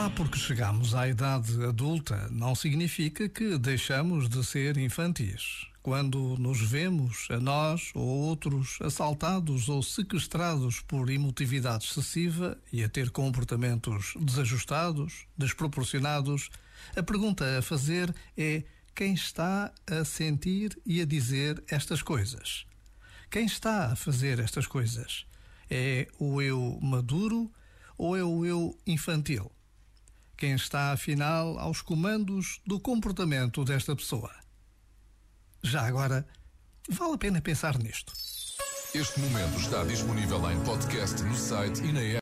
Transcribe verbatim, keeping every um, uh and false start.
Só porque chegamos à idade adulta não significa que deixamos de ser infantis. Quando nos vemos, a nós ou outros, assaltados ou sequestrados por emotividade excessiva e a ter comportamentos desajustados, desproporcionados, a pergunta a fazer é: quem está a sentir e a dizer estas coisas? Quem está a fazer estas coisas? É o eu maduro ou é o eu infantil? Quem está, afinal, aos comandos do comportamento desta pessoa? Já agora, vale a pena pensar nisto. Este momento está disponível em podcast no site e na app.